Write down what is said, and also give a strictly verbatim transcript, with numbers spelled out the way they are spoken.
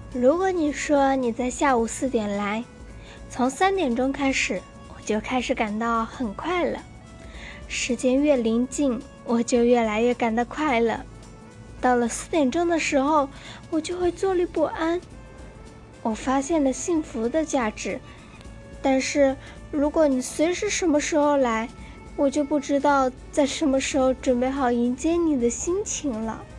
如果你说你在下午四点来，从三点钟开始，我就开始感到很快乐。时间越临近，我就越来越感到快乐。到了四点钟的时候，我就会坐立不安。我发现了幸福的价值，但是如果你随时什么时候来，我就不知道在什么时候准备好迎接你的心情了。